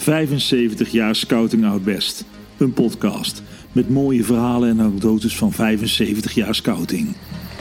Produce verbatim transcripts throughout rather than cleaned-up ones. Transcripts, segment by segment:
vijfenzeventig jaar Scouting Oud-Best. Een podcast met mooie verhalen en anekdotes van vijfenzeventig jaar Scouting.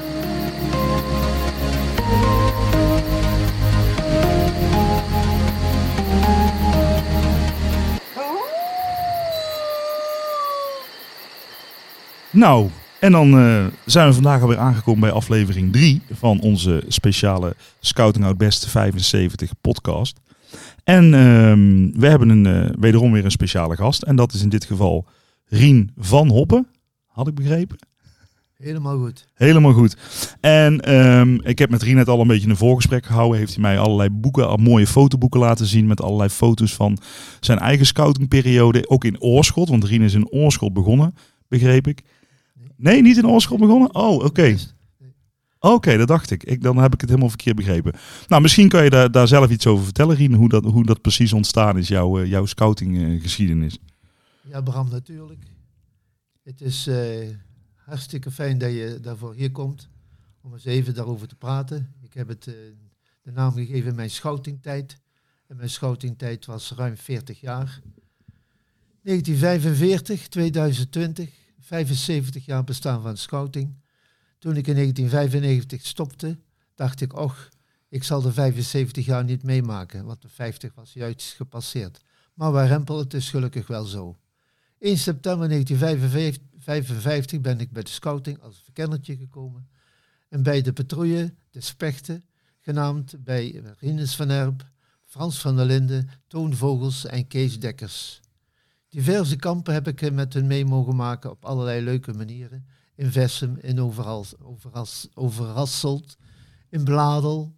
Nou, en dan uh, zijn we vandaag alweer aangekomen bij aflevering drie van onze speciale Scouting Oud-Best vijfenzeventig podcast. En uh, we hebben een, uh, wederom weer een speciale gast. En dat is in dit geval Rien van Hoppen. Had ik begrepen? Helemaal goed. Helemaal goed. En um, ik heb met Rien net al een beetje een voorgesprek gehouden. Heeft hij mij allerlei boeken, al mooie fotoboeken laten zien met allerlei foto's van zijn eigen scoutingperiode. Ook in Oorschot, want Rien is in Oorschot begonnen, begreep ik. Nee, niet in Oorschot begonnen? Oh, oké. Okay. Oké, okay, dat dacht ik. ik. Dan heb ik het helemaal verkeerd begrepen. Nou, misschien kan je daar, daar zelf iets over vertellen, Rien, hoe dat, hoe dat precies ontstaan is, jouw, jouw scoutinggeschiedenis. Uh, ja, Bram, natuurlijk. Het is uh, hartstikke fijn dat je daarvoor hier komt, om eens even daarover te praten. Ik heb het uh, de naam gegeven mijn scoutingtijd. En mijn scoutingtijd was ruim veertig jaar. negentien vijfenveertig, tweeduizend twintig, vijfenzeventig jaar bestaan van scouting. Toen ik in negentien vijfennegentig stopte, dacht ik, och, ik zal de vijfenzeventig jaar niet meemaken, want de vijftig was juist gepasseerd. Maar waar rempel, het is gelukkig wel zo. één september negentien vijfenvijftig ben ik bij de scouting als verkennertje gekomen. En bij de patrouille, de Spechten, genaamd bij Rinus van Erp, Frans van der Linden, Toon Vogels en Kees Dekkers. Diverse kampen heb ik met hen mee mogen maken op allerlei leuke manieren. In Vessem, in Overhals, Overhals, Overhasselt, in Bladel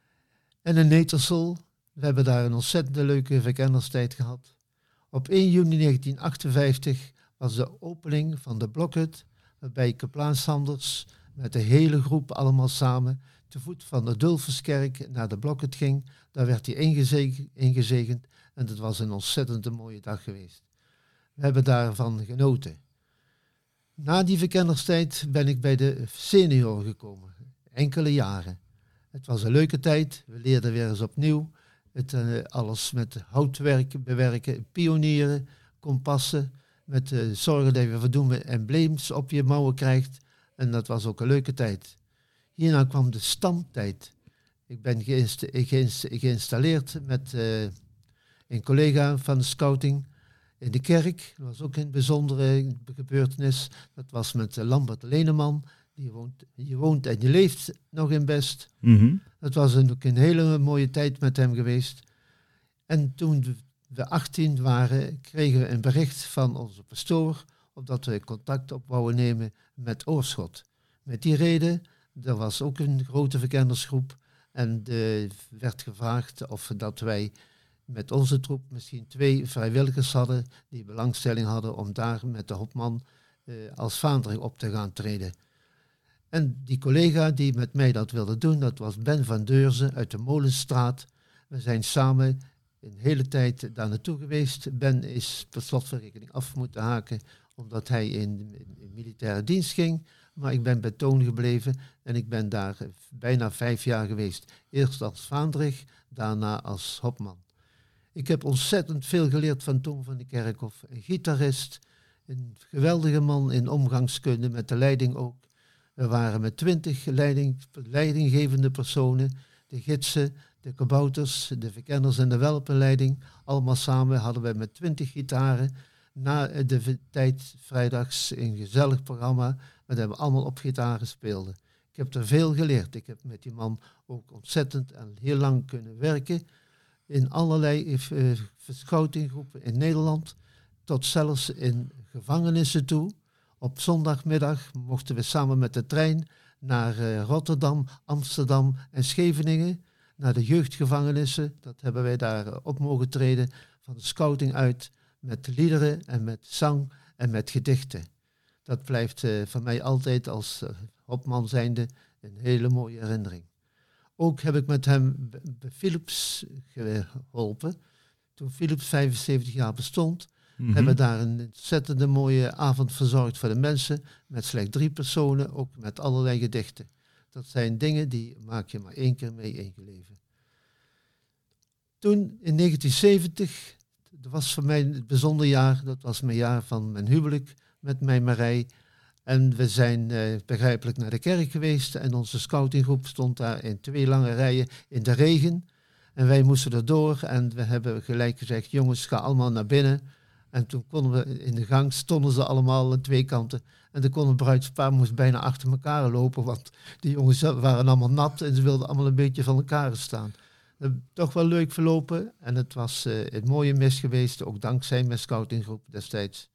en in Netersel. We hebben daar een ontzettend leuke verkennerstijd gehad. Op één juni negentien achtenvijftig was de opening van de blokhut, waarbij Kaplaan Sanders met de hele groep allemaal samen te voet van de Dulferskerk naar de blokhut ging. Daar werd hij ingezegend, ingezegend en dat was een ontzettend mooie dag geweest. We hebben daarvan genoten. Na die verkennerstijd ben ik bij de senioren gekomen. Enkele jaren. Het was een leuke tijd. We leerden weer eens opnieuw. Het, uh, alles met houtwerk bewerken, pionieren, kompassen. Met uh, zorgen dat je voldoende embleems op je mouwen krijgt. En dat was ook een leuke tijd. Hierna kwam de stamtijd. Ik ben geïnsta- geïnsta- geïnstalleerd met uh, een collega van de scouting in de kerk. Dat was ook een bijzondere gebeurtenis. Dat was met Lambert Leneman. Die woont, die woont en die leeft nog in Best. Mm-hmm. Dat was een, ook een hele mooie tijd met hem geweest. En toen we achttien waren, kregen we een bericht van onze pastoor, opdat we contact op wouden nemen met Oorschot. Met die reden, er was ook een grote verkennersgroep. En er werd gevraagd of dat wij met onze troep misschien twee vrijwilligers hadden die belangstelling hadden om daar met de Hopman uh, als vaandrig op te gaan treden. En die collega die met mij dat wilde doen, dat was Ben van Deurzen uit de Molenstraat. We zijn samen een hele tijd daar naartoe geweest. Ben is per slotverrekening af moeten haken, omdat hij in, in, in militaire dienst ging. Maar ik ben bij Toon gebleven en ik ben daar uh, bijna vijf jaar geweest. Eerst als vaandrig, daarna als Hopman. Ik heb ontzettend veel geleerd van Toon van de Kerkhof. Een gitarist, een geweldige man in omgangskunde, met de leiding ook. We waren met twintig leiding, leidinggevende personen, de gidsen, de kabouters, de verkenners en de welpenleiding. Allemaal samen hadden wij met twintig gitaren na de tijd vrijdags een gezellig programma, waar we allemaal op gitaren speelden. Ik heb er veel geleerd. Ik heb met die man ook ontzettend en heel lang kunnen werken. In allerlei uh, scoutinggroepen in Nederland, tot zelfs in gevangenissen toe. Op zondagmiddag mochten we samen met de trein naar uh, Rotterdam, Amsterdam en Scheveningen, naar de jeugdgevangenissen. Dat hebben wij daar uh, op mogen treden, van de scouting uit, met liederen en met zang en met gedichten. Dat blijft uh, van mij altijd als uh, Hopman zijnde een hele mooie herinnering. Ook heb ik met hem bij Philips geholpen. Toen Philips vijfenzeventig jaar bestond, mm-hmm. hebben we daar een ontzettende mooie avond verzorgd voor de mensen. Met slechts drie personen, ook met allerlei gedichten. Dat zijn dingen die maak je maar één keer mee in je leven. Toen in negentien zeventig dat was voor mij een bijzonder jaar. Dat was mijn jaar van mijn huwelijk met mijn Marij. En we zijn uh, begrijpelijk naar de kerk geweest. En onze scoutinggroep stond daar in twee lange rijen in de regen. En wij moesten erdoor. En we hebben gelijk gezegd, jongens, ga allemaal naar binnen. En toen konden we in de gang, stonden ze allemaal aan twee kanten. En dan kon het bruidspaar moest bijna achter elkaar lopen. Want die jongens waren allemaal nat en ze wilden allemaal een beetje van elkaar staan. Uh, toch wel leuk verlopen. En het was uh, een mooie mis geweest, ook dankzij mijn scoutinggroep destijds.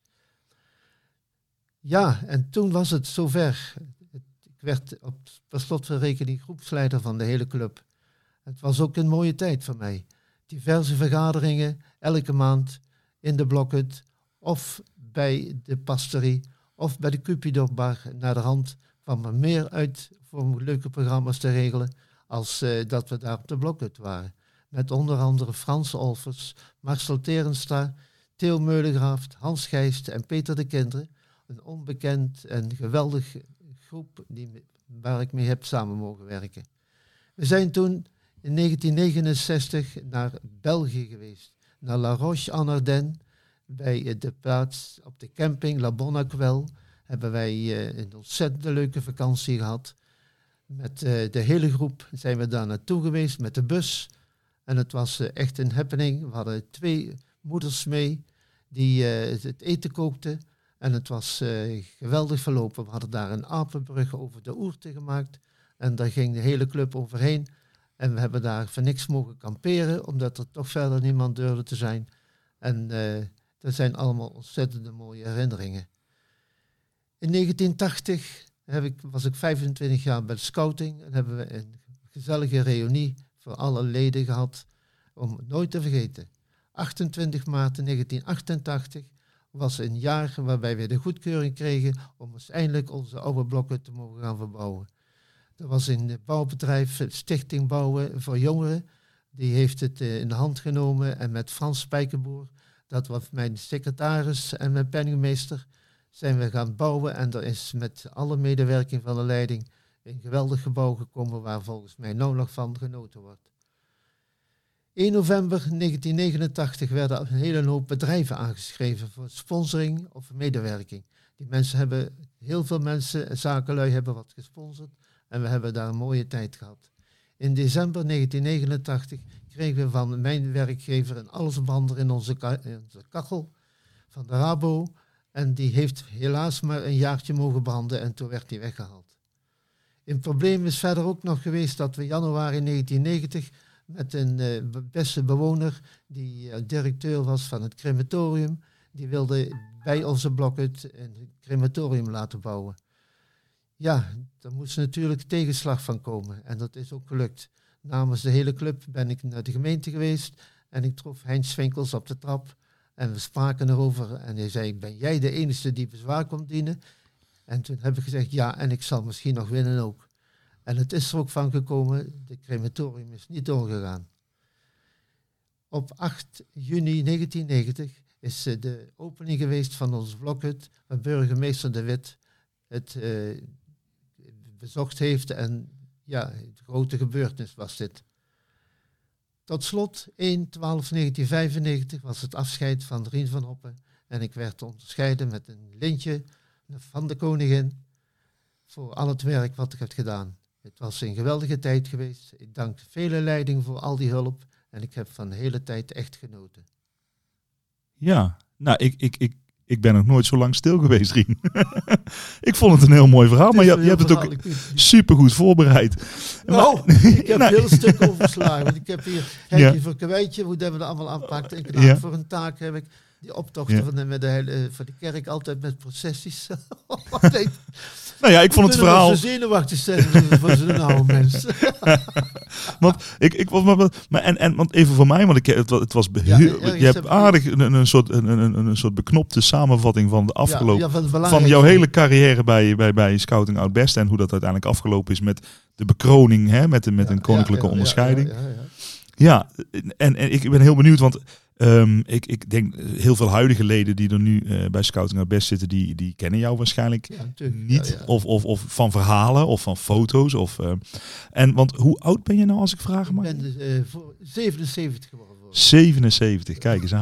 Ja, en toen was het zover. Ik werd op per slot van rekening groepsleider van de hele club. Het was ook een mooie tijd voor mij. Diverse vergaderingen, elke maand in de Blokhut of bij de pastorie of bij de Cupidor-bar. Naar de hand kwam er meer uit voor leuke programma's te regelen als uh, dat we daar op de Blokhut waren. Met onder andere Frans Olvers, Marcel Terenstra, Theo Meulengraaf, Hans Gijst en Peter de Kinderen. Een onbekend en geweldig groep die, waar ik mee heb samen mogen werken. We zijn toen in negentien negenenzestig naar België geweest. Naar La Roche-en-Ardenne. Bij de plaats op de camping La Bonne-Aquelle hebben wij uh, een ontzettend leuke vakantie gehad. Met uh, de hele groep zijn we daar naartoe geweest met de bus. En het was uh, echt een happening. We hadden twee moeders mee die uh, het eten kookten. En het was uh, geweldig verlopen. We hadden daar een apenbrug over de Ourthe gemaakt. En daar ging de hele club overheen. En we hebben daar voor niks mogen kamperen, omdat er toch verder niemand durfde te zijn. En uh, dat zijn allemaal ontzettende mooie herinneringen. In negentien tachtig heb ik, was ik vijfentwintig jaar bij de scouting. En hebben we een gezellige reunie voor alle leden gehad, om het nooit te vergeten. achtentwintig maart negentien achtentachtig was een jaar waarbij we de goedkeuring kregen om eens eindelijk onze oude blokken te mogen gaan verbouwen. Er was een bouwbedrijf, Stichting Bouwen voor Jongeren. Die heeft het uh, in de hand genomen en met Frans Spijkerboer, dat was mijn secretaris en mijn penningmeester, zijn we gaan bouwen. En er is met alle medewerking van de leiding een geweldig gebouw gekomen waar volgens mij nou nog van genoten wordt. één november negentien negenentachtig werden een hele hoop bedrijven aangeschreven voor sponsoring of medewerking. Die mensen hebben, heel veel mensen, zakenlui hebben wat gesponsord. En we hebben daar een mooie tijd gehad. In december negentien negenentachtig kregen we van mijn werkgever een allesbrander in onze, ka- in onze kachel van de Rabo. En die heeft helaas maar een jaartje mogen branden en toen werd die weggehaald. Een probleem is verder ook nog geweest dat we januari negentien negentig met een uh, beste bewoner die uh, directeur was van het crematorium. Die wilde bij onze Blokhut een crematorium laten bouwen. Ja, daar moest natuurlijk tegenslag van komen. En dat is ook gelukt. Namens de hele club ben ik naar de gemeente geweest. En ik trof Heinz Swinkels op de trap. En we spraken erover. En hij zei, ben jij de enige die bezwaar komt dienen? En toen heb ik gezegd, ja, en ik zal misschien nog winnen ook. En het is er ook van gekomen. De crematorium is niet doorgegaan. Op acht juni negentien negentig is de opening geweest van ons Blokhut. Waar burgemeester De Wit het uh, bezocht heeft. En ja, een grote gebeurtenis was dit. Tot slot, één twaalf negentien vijfennegentig was het afscheid van Rien van Hoppen. En ik werd onderscheiden met een lintje van de koningin voor al het werk wat ik heb gedaan. Het was een geweldige tijd geweest. Ik dank de vele leiding voor al die hulp. En ik heb van de hele tijd echt genoten. Ja, nou, ik, ik, ik, ik ben nog nooit zo lang stil geweest, Rien. Ik vond het een heel mooi verhaal, maar je, je hebt het ook supergoed voorbereid. Nou, maar, ik heb nou, heel stuk overslagen. Want ik heb hier Henkie Ja. voor Kwijtje, hoe dat we dat allemaal aanpakten. En gedaan. Ja. Voor een taak heb ik die optochten Ja. van de, met de hele, voor de kerk altijd met processies. Nou ja, ik vond het verhaal... Zo zenuwachtig zijn voor zo'n oude mens. Want ik, ik was maar, maar en, en want even voor mij, want ik het, was- het was Ja, heel, ergens je hebt heb ik- aardig een, een, een soort een, een, een soort beknopte samenvatting van de afgelopen Ja, ja, van, het van belangrijkste. jouw hele carrière bij, bij, bij Scouting Oud-Best en hoe dat uiteindelijk afgelopen is met de bekroning, hè, met, de, met Ja, een koninklijke ja, ja, onderscheiding. Ja, ja, ja. Ja, en, en ik ben heel benieuwd, want um, ik, ik denk heel veel huidige leden die er nu uh, bij Scouting Oud-Best zitten, die, die kennen jou waarschijnlijk Ja, natuurlijk. niet. Ja, ja. Of, of, of van verhalen of van foto's. Of, uh, en, want hoe oud ben je nou als ik vragen Ik mag? ben uh, voor zevenenzeventig geworden. zevenenzeventig, kijk eens aan.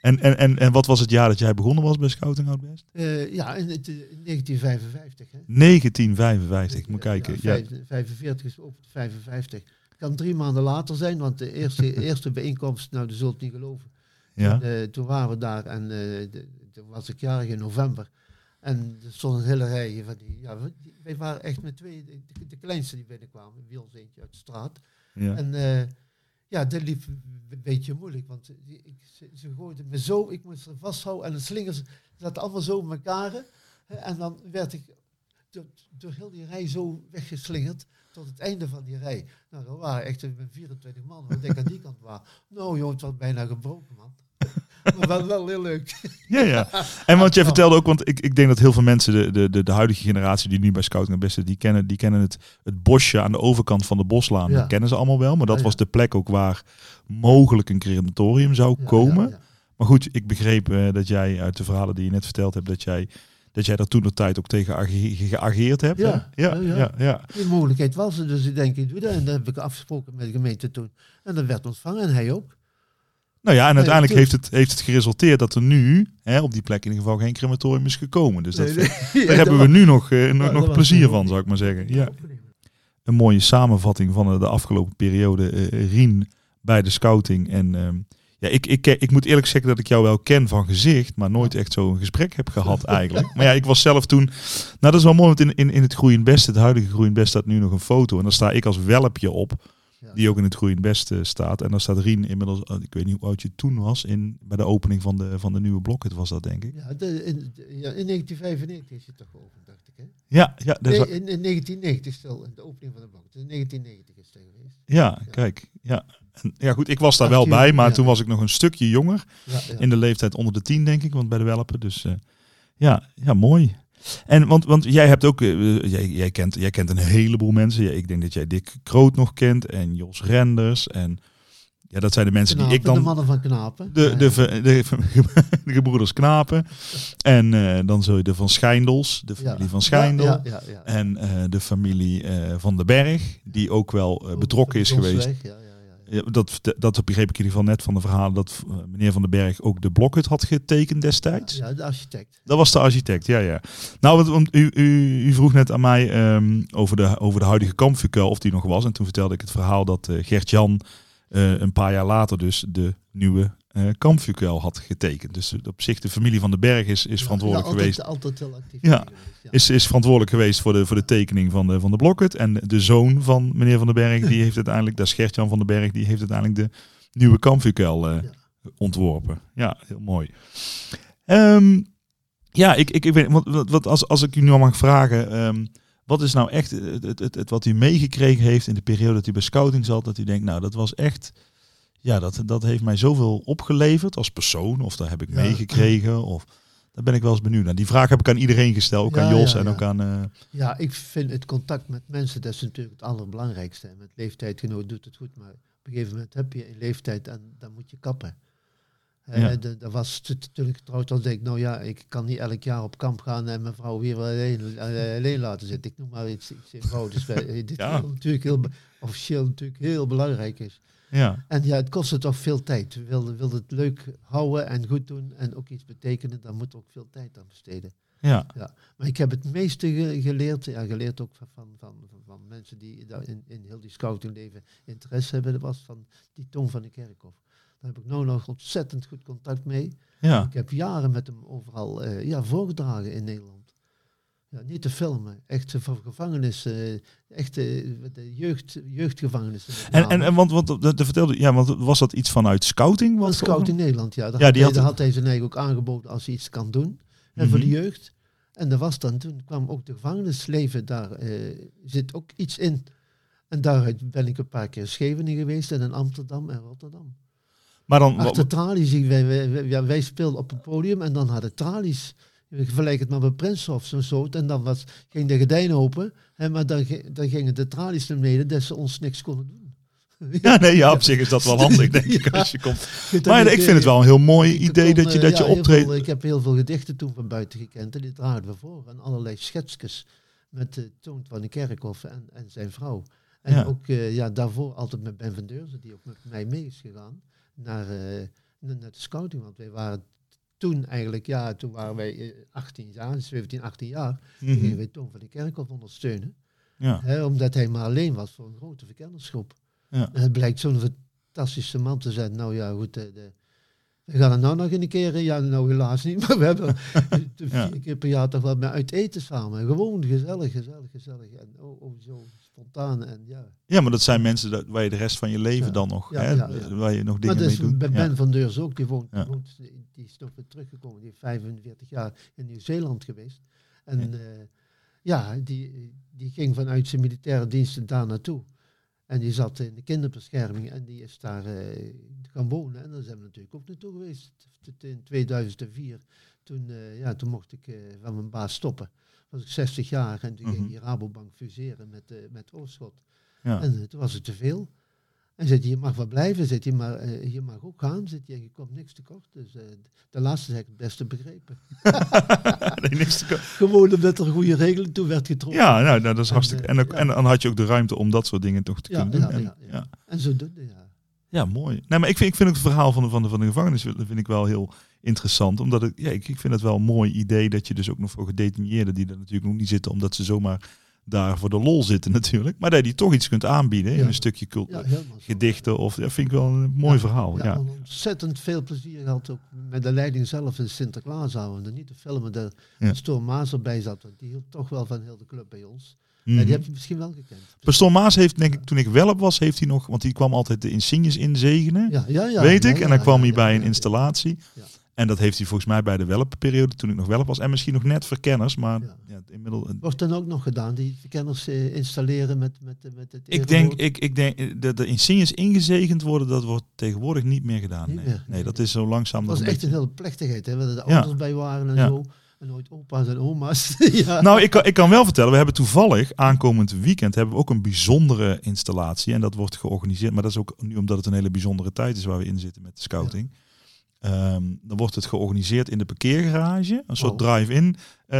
En, en, en, en wat was het jaar dat jij begonnen was bij Scouting Oud-Best? Uh, ja, in, in negentien vijfenvijftig. Hè? negentien vijfenvijftig, ik moet ja, kijken. Ja, Ja. vijfenveertig is op vijfenvijftig. Het kan drie maanden later zijn, want de eerste, eerste bijeenkomst, nou, dat zult je niet geloven. Ja. Toen, uh, toen waren we daar en uh, de, toen was ik jarig in november. En er stond een hele rij van die, ja, die, wij waren echt met twee, de, de kleinste die binnenkwamen, wie ons eentje uit de straat. Ja. En uh, ja, dat liep een beetje moeilijk, want ik, ze, ze gooiden me zo, ik moest er vasthouden en de slingers zaten allemaal zo in elkaar. Hè, en dan werd ik door, door heel die rij zo weggeslingerd tot het einde van die rij. Nou, dat waren echt vierentwintig man, wat ik aan die kant was. Nou joh, het was bijna gebroken, man. Maar wel, wel heel leuk. Ja, ja. En want jij vertelde ook, want ik, ik denk dat heel veel mensen, de, de, de, de huidige generatie die nu bij Scouting Oud-Best, die kennen, die kennen het, het bosje aan de overkant van de Boslaan. Ja. Dat kennen ze allemaal wel, maar dat ja, was de plek ook waar mogelijk een crematorium zou ja, komen. Ja, ja. Maar goed, ik begreep uh, dat jij uit de verhalen die je net verteld hebt, dat jij, dat jij daar toen de tijd ook tegen age- geageerd hebt. Ja, ja, ja, ja. ja, ja. Die mogelijkheid was er, dus ik denk, ik doe dat. En dat heb ik afgesproken met de gemeente toen. En dat werd ontvangen en hij ook. Nou ja, en uiteindelijk nee, heeft, het, heeft het geresulteerd dat er nu, hè, op die plek in ieder geval, geen crematorium is gekomen. Dus dat, nee, nee. daar ja, hebben we nu nog, uh, nog, nog plezier van, zou ik maar zeggen. Ja. Een mooie samenvatting van de afgelopen periode, uh, Rien, bij de scouting. En uh, ja, ik, ik, ik moet eerlijk zeggen dat ik jou wel ken van gezicht, maar nooit echt zo'n gesprek heb gehad eigenlijk. Maar ja, ik was zelf toen, nou dat is wel mooi, want in, in, in het Groeiend Best, het huidige Groeiend Best, staat nu nog een foto. En daar sta ik als welpje op. Ja. Die ook in het Groeiend Best uh, staat. En daar staat Rien inmiddels, uh, ik weet niet hoe oud je toen was, in, bij de opening van de, van de nieuwe Blokhut was dat, denk ik. Ja, de, in, de, ja, in negentien vijfennegentig is het toch geopend, dacht ik, hè? Ja, ja. Nee, wa- in, in negentien negentig stil, in de opening van de Blokhut. In negentien negentig is het geweest. Ja, ja, kijk. Ja. En, ja, goed, ik was daar wel bij, maar ja. toen was ik nog een stukje jonger. Ja, ja. In de leeftijd onder de tien, denk ik, want bij de welpen. Dus uh, ja, ja, mooi. En want, want jij hebt ook, uh, jij, jij, kent, jij kent een heleboel mensen. Ja, ik denk dat jij Dick Kroot nog kent en Jos Renders. En ja, dat zijn de mensen Knapen, die ik dan... De mannen van Knapen. De, de, de, de, de gebroeders Knapen. En uh, dan zul je de Van Schijndels, de familie ja. van Schijndel. Ja, ja, ja, ja. En uh, de familie uh, van den Berg, die ook wel uh, betrokken is geweest. Ja, ja. Ja, dat, dat begreep ik in ieder geval net van de verhalen dat uh, meneer Van den Berg ook de Blokhut had getekend destijds. Ja, ja, de architect. Dat was de architect, ja, ja. Nou, want u, u, u vroeg net aan mij um, over, de, over de huidige kampvuurkuil, of die nog was. En toen vertelde ik het verhaal dat uh, Gert-Jan uh, een paar jaar later dus de nieuwe uh, kampvuurkuil had getekend. Dus uh, op zich de familie Van den Berg is, is ja, verantwoordelijk ja, altijd, geweest. Altijd heel actief. Ja. Ja. Is, is verantwoordelijk geweest voor de, voor de tekening van de, van de Blokhut. En de zoon van meneer Van den Berg, die heeft uiteindelijk, dat is Gert-Jan Van den Berg, die heeft uiteindelijk de nieuwe kampvuurkuil uh, ja. ontworpen. Ja, heel mooi. Um, ja, ik, ik, ik weet, wat, wat als, als ik u nu mag vragen, um, wat is nou echt het, het, het, het wat u meegekregen heeft in de periode dat u bij scouting zat, dat u denkt, nou, dat was echt, ja, dat, dat heeft mij zoveel opgeleverd als persoon, of daar heb ik ja. meegekregen, of... Daar ben ik wel eens benieuwd naar. Die vraag heb ik aan iedereen gesteld, ook ja, aan Jos ja, ja. en ook aan... Uh... Ja, ik vind het contact met mensen, dat is natuurlijk het allerbelangrijkste. Met leeftijdgenoot doet het goed, maar op een gegeven moment heb je een leeftijd en dan moet je kappen. Ja. Uh, dat was toen ik getrouwd was, denk ik, nou ja, ik kan niet elk jaar op kamp gaan en mijn vrouw weer alleen, uh, alleen laten zitten. Ik noem maar iets, iets eenvoudigs. Dus wij, dit ja. natuurlijk heel, officieel natuurlijk heel belangrijk is. Ja. En ja, het kostte toch veel tijd. We wilden, wilden het leuk houden en goed doen en ook iets betekenen. Daar moet ook veel tijd aan besteden. Ja. Ja. Maar ik heb het meeste ge- geleerd. Ja, geleerd ook van, van, van, van mensen die daar in, in heel die scoutingleven interesse hebben. Dat was van die Toon van de Kerkhof. Daar heb ik nou nog ontzettend goed contact mee. Ja. Ik heb jaren met hem overal uh, ja, voorgedragen in Nederland. Ja, niet te filmen, echt voor gevangenis, uh, echt uh, de jeugd, jeugdgevangenissen. En, en, en want, want de, de vertelde, ja, want was dat iets vanuit scouting? Van Scouting Nederland, ja. Daar, ja, had, die hij, had, daar had hij zijn eigen ook aangeboden als hij iets kan doen. En mm-hmm. voor de jeugd. En dat was dan, toen kwam ook de gevangenisleven, daar uh, zit ook iets in. En daaruit ben ik een paar keer in Scheveningen geweest en in Amsterdam en Rotterdam. Maar dan, achter tralies, wij, wij, wij, ja, wij speelden op een podium en dan hadden tralies. We vergelijken het maar met Prinshof, zo'n soort. En dan was, ging de gordijnen open, hè, maar dan, dan gingen de tralies naar beneden dat ze ons niks konden doen. Ja, nee, ja, op zich is dat wel handig, denk ik, ja. als je komt. Maar ik vind het wel een heel mooi idee kon, dat je, dat ja, je optreedt. Veel, ik heb heel veel gedichten toen van buiten gekend en die dragen we voor. En allerlei schetsjes met de Toon van de Kerkhof en, en zijn vrouw. En ja. ook uh, ja, daarvoor altijd met Ben van Deurzen, die ook met mij mee is gegaan, naar... Uh, naar de scouting. Want wij waren toen eigenlijk, ja, toen waren wij achttien jaar, zeventien, achttien jaar. Mm-hmm. Toen gingen wij Toon van de Kerkhof ondersteunen. Ja. Hè, omdat hij maar alleen was voor een grote verkennersgroep. Ja. En het blijkt zo'n fantastische man te zijn. Nou ja, goed, de, de, we gaan er nou nog een keer, ja, nou helaas niet, maar we hebben de Ja. vier keer per jaar toch wel met uit eten samen. Gewoon gezellig, gezellig, gezellig. En oh, oh, zo spontaan en ja. Ja, maar dat zijn mensen dat, waar je de rest van je leven Ja. dan nog, Ja, hè, ja, ja. waar je nog dingen Maar dus mee doet. bij Ja. Ben van Deurs ook, die, woont, Ja. die, woont, die is nog weer teruggekomen. Die heeft vijfenveertig jaar in Nieuw-Zeeland geweest. En Ja. ja, uh, ja die, die ging vanuit zijn militaire diensten daar naartoe. En die zat in de kinderbescherming en die is daar uh, gaan wonen. En daar zijn we natuurlijk ook naartoe geweest. In tweeduizend vier, toen, uh, ja, toen mocht ik uh, van mijn baas stoppen. Was ik zestig jaar en toen Mm-hmm. ging die Rabobank fuseren met, uh, met Oorschot. Ja. En uh, toen was het te veel. En zei hij, je mag wel blijven, zei hij, maar uh, je mag ook gaan. Zei hij, je komt niks tekort. Dus uh, de laatste heb ik het beste begrepen. Nee, niks te ko- Gewoon omdat er goede regelen toe werd getroffen. ja, nou, nou, dat is En, hartstikke. uh, En, ook, ja. en dan had je ook de ruimte om dat soort dingen toch te Ja, kunnen ja, doen. ja, En, ja. ja. En zo doet het, ja. Ja, mooi. Nee, maar ik vind, ik vind ook het verhaal van de, van de, van de gevangenis vind ik wel heel interessant. Omdat ik, ja, ik, ik vind het wel een mooi idee dat je dus ook nog voor gedetineerden die er natuurlijk nog niet zitten, omdat ze zomaar daar voor de lol zitten natuurlijk. Maar dat je die toch iets kunt aanbieden in Ja. een stukje cultuur. Ja, helemaal zo. Gedichten of dat vind ik wel een mooi Ja, verhaal. Ja, Ja. ontzettend veel plezier gehad ook met de leiding zelf in Sinterklaasavond. Niet de filmen, de Ja. Pastoor Maas erbij zat, want die hield toch wel van heel de club bij ons. Mhm. Ja, die heb je misschien wel gekend. Pastoor Maas heeft, denk ik, toen ik welp was, heeft hij nog, want die kwam altijd de insignes inzegenen, Ja, ja, ja, weet ja, ik. ja, En dan ja, kwam ja, hij bij ja, een ja. installatie. Ja. En dat heeft hij volgens mij bij de welpperiode, toen ik nog welp was. En misschien nog net verkenners, maar ja. Ja. inmiddels... Wordt dan ook nog gedaan, die verkenners eh, installeren met, met, met het Ik denk, erewoord? ik, ik denk dat de insignes ingezegend worden, dat wordt tegenwoordig niet meer gedaan. Niet Nee, meer, nee nee, dat nee. is zo langzaam. Het was nog echt een beetje- hele plechtigheid, hè, waar de Ja. ouders bij waren en Ja. zo. En nooit opa's en oma's. ja. Nou, ik kan, ik kan wel vertellen, we hebben toevallig aankomend weekend hebben we ook een bijzondere installatie. En dat wordt georganiseerd, maar dat is ook nu omdat het een hele bijzondere tijd is waar we in zitten met de scouting. Ehm, dan wordt het georganiseerd in de parkeergarage. Een soort Oh. drive-in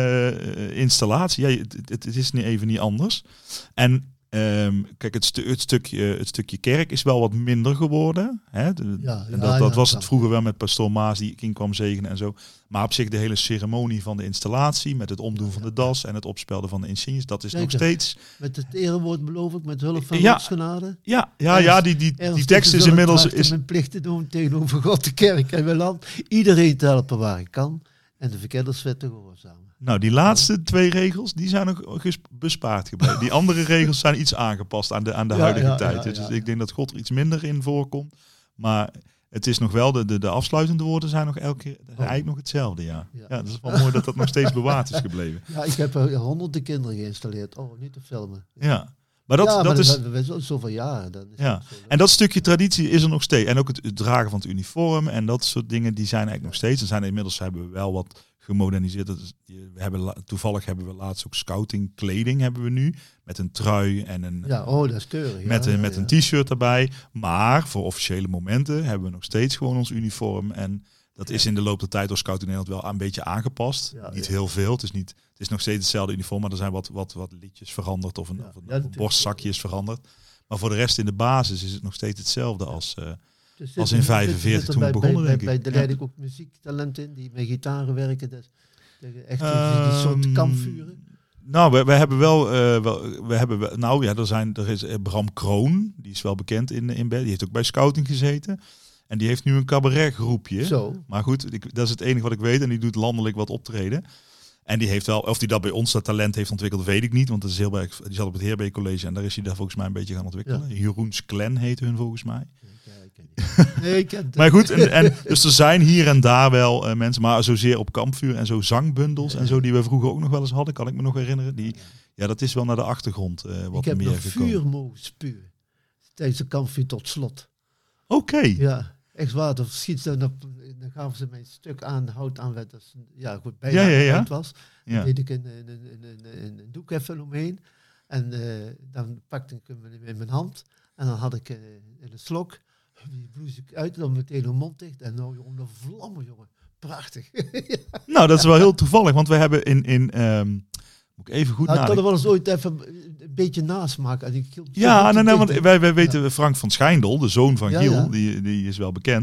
uh, installatie. Ja, het, het, het is niet even niet anders. En ehm, kijk, het, stu- het, stukje, het stukje kerk is wel wat minder geworden. Hè? De- Ja, en ja, dat, dat ja, was ja. het vroeger wel met pastoor Maas die in kwam zegenen en zo. Maar op zich de hele ceremonie van de installatie met het omdoen van de das en het opspelden van de insignes, dat is nog Zeker. steeds... Met het erewoord beloof ik, met hulp van Ja. Gods genade. Ja, ja, ja die, die, die tekst is inmiddels... Is, mijn plicht te doen tegenover God, de kerk en mijn land. Iedereen te helpen waar ik kan. En de verkennerswet te gehoorzamen. nou, die laatste twee regels, die zijn nog ges- bespaard gebleven. Die andere regels zijn iets aangepast aan de, aan de Ja, huidige ja, tijd. ja, Dus ja. ik denk dat God er iets minder in voorkomt. Maar het is nog wel, de, de, de afsluitende woorden zijn nog elke keer eigenlijk nog hetzelfde, ja. ja. Ja. dat is wel mooi dat dat nog steeds bewaard is gebleven. Ja, ik heb er honderden kinderen geïnstalleerd. Oh, niet te filmen. Ja, maar dat, ja, dat maar is... dat hebben we zo- zoveel jaren. Dan is Ja, dat zo, hè. en dat stukje traditie is er nog steeds. En ook het, het dragen van het uniform en dat soort dingen, die zijn eigenlijk nog steeds. En zijn inmiddels hebben we wel wat gemoderniseerd. Dat is, we hebben, la- toevallig hebben we laatst ook scouting kleding hebben we nu. Met een trui en een, Ja, oh, dat is keurig. met, ja, een, ja, met ja. een t-shirt erbij. Maar voor officiële momenten hebben we nog steeds gewoon ons uniform. En dat is in de loop der tijd door Scouting Nederland wel een beetje aangepast. Ja, niet ja. heel veel. Het is, niet, het is nog steeds hetzelfde uniform, maar er zijn wat, wat, wat liedjes veranderd of een, Ja, of een, ja, of een natuurlijk. borstzakje is veranderd. Maar voor de rest in de basis is het nog steeds hetzelfde als... Uh, Dus was zit- in zit- vijfenveertig zit er toen we bij- begonnen, bij, denk bij, ik. Bij de Ja. leid ik ook muziektalenten in, die met gitaren werken. Dat, dat echt die, die soort Ehm, kampvuren. Nou, we, we hebben wel, uh, wel, we hebben wel, nou ja, er zijn, er is uh, Bram Kroon, die is wel bekend in in Bed, die heeft ook bij Scouting gezeten en die heeft nu een cabaretgroepje. Zo. Maar goed, ik, dat is het enige wat ik weet en die doet landelijk wat optreden. En die heeft wel, of die dat bij ons dat talent heeft ontwikkeld, weet ik niet, want dat is heel bij, die zat op het Heerbeek College en daar is hij daar volgens mij een beetje gaan ontwikkelen. Ja. Jeroens Clan heette hun volgens mij. Ja, ik ken die. Nee, ik ken het. Maar goed, en, en, dus er zijn hier en daar wel uh, mensen, maar zozeer op kampvuur en zo zangbundels en zo die we vroeger ook nog wel eens hadden, kan ik me nog herinneren. Die, ja, dat is wel naar de achtergrond uh, wat ik heb meer nog gekomen. vuur mogen spuwen. Tijdens de kampvuur tot slot. Oké. Okay. Ja, echt waar. Dan, schiet ze, dan, dan gaven ze mij een stuk aan, hout aan, dat is, ja goed, bijna Ja, ja, ja. uit was. Ja. Dan deed ik een, een, een, een, een, een doek even omheen. En uh, dan pakte ik hem in mijn hand. En dan had ik uh, in een slok, die bloes ik uit, dan meteen een mond dicht. En nou jongen, de vlammen jongen. Prachtig. ja. Nou, dat is wel heel toevallig, want we hebben in... in um, moet ik even goed nou, ik kan er nadenken. wel eens ooit even een beetje naast maken. En ik Ja, nee, nee, want dicht. wij, wij weten, ja. Frank van Schijndel, de zoon van Ja, Giel, ja. Die, die is wel bekend.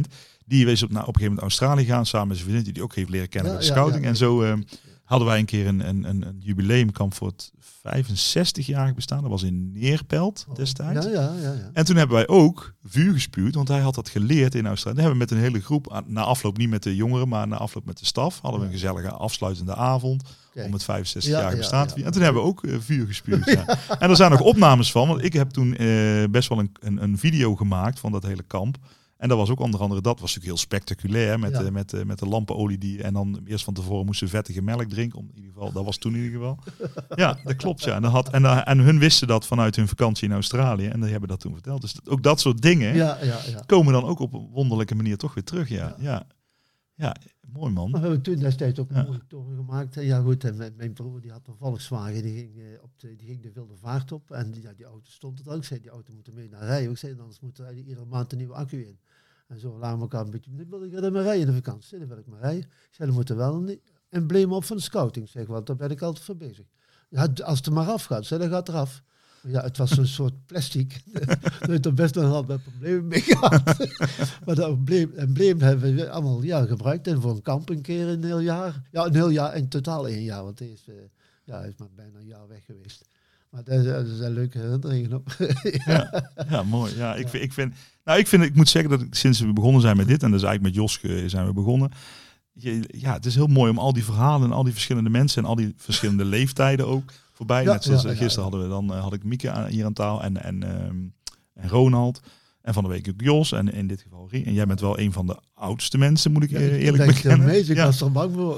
Die is op, nou, op een gegeven moment Australië gaan samen met zijn vriendin, die die ook heeft leren kennen Ja, met de ja, scouting. ja. En zo uh, hadden wij een keer een, een, een, een jubileumkamp voor het vijfenzestig-jarig bestaan. Dat was in Neerpelt destijds. Ja, ja, ja, ja. En toen hebben wij ook vuur gespuwd, want hij had dat geleerd in Australië. Dan hebben we met een hele groep, na afloop niet met de jongeren, maar na afloop met de staf, hadden we een gezellige afsluitende avond. Kijk. Om het vijfenzestig-jarige ja, bestaan te ja, vieren. En toen hebben we ook uh, vuur gespuwd. Ja. Ja. En er zijn nog opnames van, want ik heb toen uh, best wel een, een, een video gemaakt van dat hele kamp. En dat was ook onder andere, dat was natuurlijk heel spectaculair met, ja. uh, met, uh, met de lampenolie die en dan eerst van tevoren moesten vettige melk drinken. Om, in ieder geval, dat was toen in ieder geval. Ja, dat klopt. Ja. En, dat had, en, uh, en hun wisten dat vanuit hun vakantie in Australië en die hebben dat toen verteld. Dus dat, ook dat soort dingen ja, ja, ja. komen dan ook op een wonderlijke manier toch weer terug. Ja, ja. ja. ja mooi man. Maar we hebben toen destijds ook ja. mooie toren gemaakt. Ja goed, en mijn, mijn broer die had een Volkswagen, die ging, uh, op de, die ging de Wilde Vaart op. En die, ja, die auto stond er dan. Ik zei, die auto moet er mee naar rijden. Ik zei, anders moet er iedere maand een nieuwe accu in. En zo lagen we elkaar een beetje, nu wil ik er maar rijden in de vakantie. Dan wil ik maar rijden. Ik zei, er moet er wel een embleem op van de scouting. Zeg, want daar ben ik altijd voor bezig. Ja, als het er maar afgaat, zei, dan gaat het eraf. Ja, het was zo'n soort plastic. Daar heeft er best wel een problemen mee gehad. Maar dat embleem, embleem hebben we allemaal ja, gebruikt. En voor een kamp een keer een heel jaar. Ja, een heel jaar, in totaal één jaar. Want hij is, uh, ja, hij is maar bijna een jaar weg geweest. Maar dat, dat zijn leuke herinneringen op. ja, ja, mooi. Ja, ik, ja. Vind, ik, vind, nou, ik, vind, ik moet zeggen dat ik, sinds we begonnen zijn met dit, en dat is eigenlijk met Jos uh, zijn we begonnen. Je, ja, het is heel mooi om al die verhalen en al die verschillende mensen en al die verschillende leeftijden ook voorbij. Ja, Net zoals ja, gisteren ja, ja. hadden we dan uh, had ik Mieke aan, hier aan taal en, en, um, en Ronald. En van de week ook Jos en in dit geval Rie. En jij bent wel een van de oudste mensen, moet ik ja, eerlijk ik bekennen. Mee, ik ja. was er bang voor.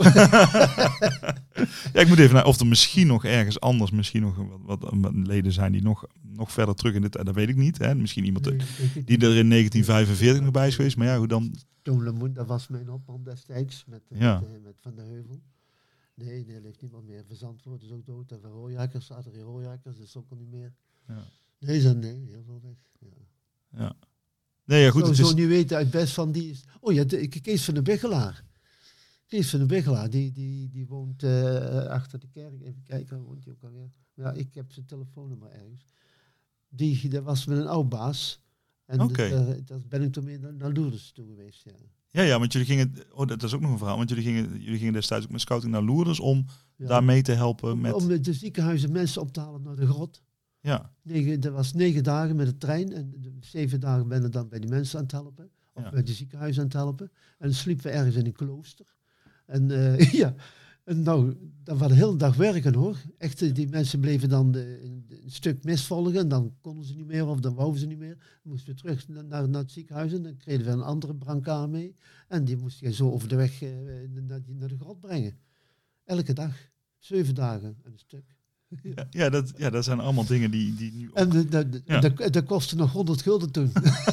ja, ik moet even naar of er misschien nog ergens anders, misschien nog wat, wat leden zijn die nog, nog verder terug in dit, dat weet ik niet. Hè. Misschien iemand nee, die er in negentien vijfenveertig nog bij is geweest. Maar ja, hoe dan? Toon Lemoen, dat was mijn opman destijds met, ja. met, met Van der Heuvel. Nee, nee, leeft niemand meer. Verzandvoort is ook dood. En Van Rooijakers, Adrie Rooijakers, dat is ook al niet meer. Ja. Nee, zijn nee, heel veel weg. Ja. Ja. Nee, ja, goed. Zo, het zo is... nu weten uit best van die is... Oh ja, de, Kees van de Biggelaar. Kees van de Biggelaar, die, die, die woont uh, achter de kerk. Even kijken, woont hij ook alweer? Ja, ik heb zijn telefoonnummer ergens. Die, dat was met een oud baas. En okay. daar ben ik toen mee naar, naar Lourdes toe geweest, ja. Ja, ja, want jullie gingen... Oh, dat is ook nog een verhaal. Want jullie gingen, jullie gingen destijds ook met scouting naar Lourdes om ja. daar mee te helpen om, met... Om de, de ziekenhuizen mensen op te halen naar de grot. Ja. Negen, dat was negen dagen met de trein en de, zeven dagen ben ik dan bij die mensen aan het helpen. Of ja. bij de ziekenhuizen aan het helpen. En dan sliepen we ergens in een klooster. En uh, ja, en nou, dat was de hele dag werken hoor. Echt, die mensen bleven dan de, een, een stuk mis volgen en dan konden ze niet meer of dan wouden ze niet meer. Dan moesten we terug naar, naar het ziekenhuis en dan kregen we een andere brancard mee. En die moest je zo over de weg uh, naar, naar de grot brengen. Elke dag. Zeven dagen een stuk. Ja, ja, dat, ja, dat zijn allemaal dingen die, die nu ook... En de, de, de, ja. de, de kostte nog honderd gulden toen.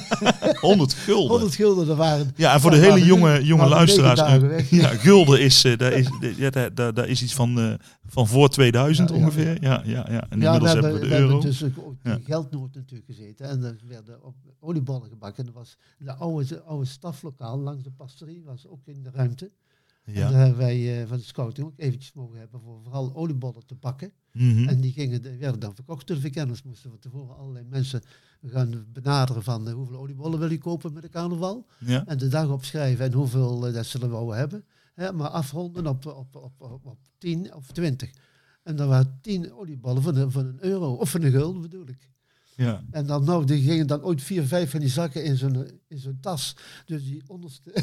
honderd gulden? honderd gulden, dat waren... Ja, en voor de hele jonge, jonge luisteraars... Uh, ja, gulden is, uh, daar, is, ja, daar, daar, daar is iets van, uh, van voor tweeduizend ja, ongeveer. Ja, ja, ja. En ja, inmiddels we hebben we de we euro. hebben dus ook ja. die geldnood natuurlijk gezeten. En er werden op oliebollen gebakken. Dat was de oude, oude staflokaal langs de pastorie, was ook in de ruimte. Ja. En daar hebben wij uh, van de scouting ook eventjes mogen hebben voor vooral oliebollen te bakken. Mm-hmm. En die gingen, die werden dan verkocht door de verkenners. Moesten we tevoren allerlei mensen gaan benaderen van uh, hoeveel oliebollen wil je kopen met de carnaval. Ja. En de dag opschrijven en hoeveel uh, dat ze er wouden hebben. Hè, maar afronden op, op, op, op, op tien of twintig. En dan waren tien oliebollen van een, van een euro. Of van een gulden bedoel ik. Ja. En dan, nou, die gingen dan ooit vier, vijf van die zakken in zo'n, in zo'n tas. Dus die onderste...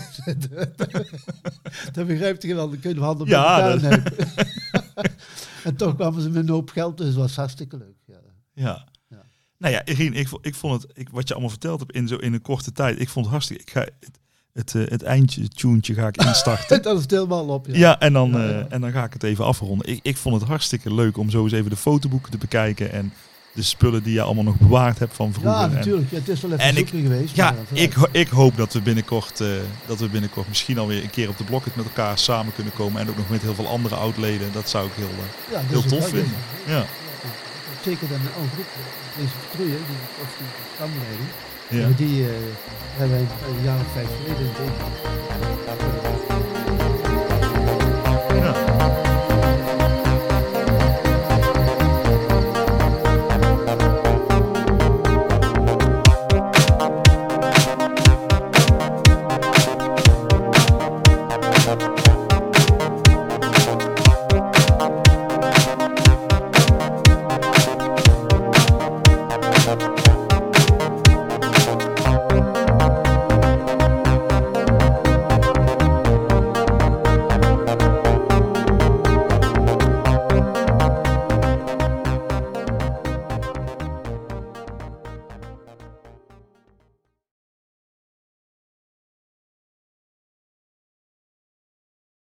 dat begrijpt je wel, dan kunnen we handen ja, bij elkaar dat... En toch kwamen ze met een hoop geld, dus het was hartstikke leuk. Ja. Ja. ja. Nou ja, Rien, ik, ik vond het, ik, wat je allemaal verteld hebt in, zo, in een korte tijd, ik vond het hartstikke... Ik ga het, het, uh, het eindje, het tuentje ga ik instarten. Dat is het helemaal op, ja. Ja, en dan, ja, ja. Uh, en dan ga ik het even afronden. Ik, ik vond het hartstikke leuk om zo eens even de fotoboeken te bekijken en... de spullen die je allemaal nog bewaard hebt van vroeger. Ja, natuurlijk. En, ja, het is wel even zoeken ik, geweest. Ja, maar ik, ho- ik hoop dat we binnenkort uh, dat we binnenkort misschien alweer een keer op de Blokket met elkaar samen kunnen komen. En ook nog met heel veel andere oud-leden. Dat zou ik heel, uh, ja, heel tof vinden. Ja. Ja. Zeker dan een oude groep. Deze patrouille, die, of die stamleiding. Ja. Die uh, hebben wij een jaar of vijf geleden in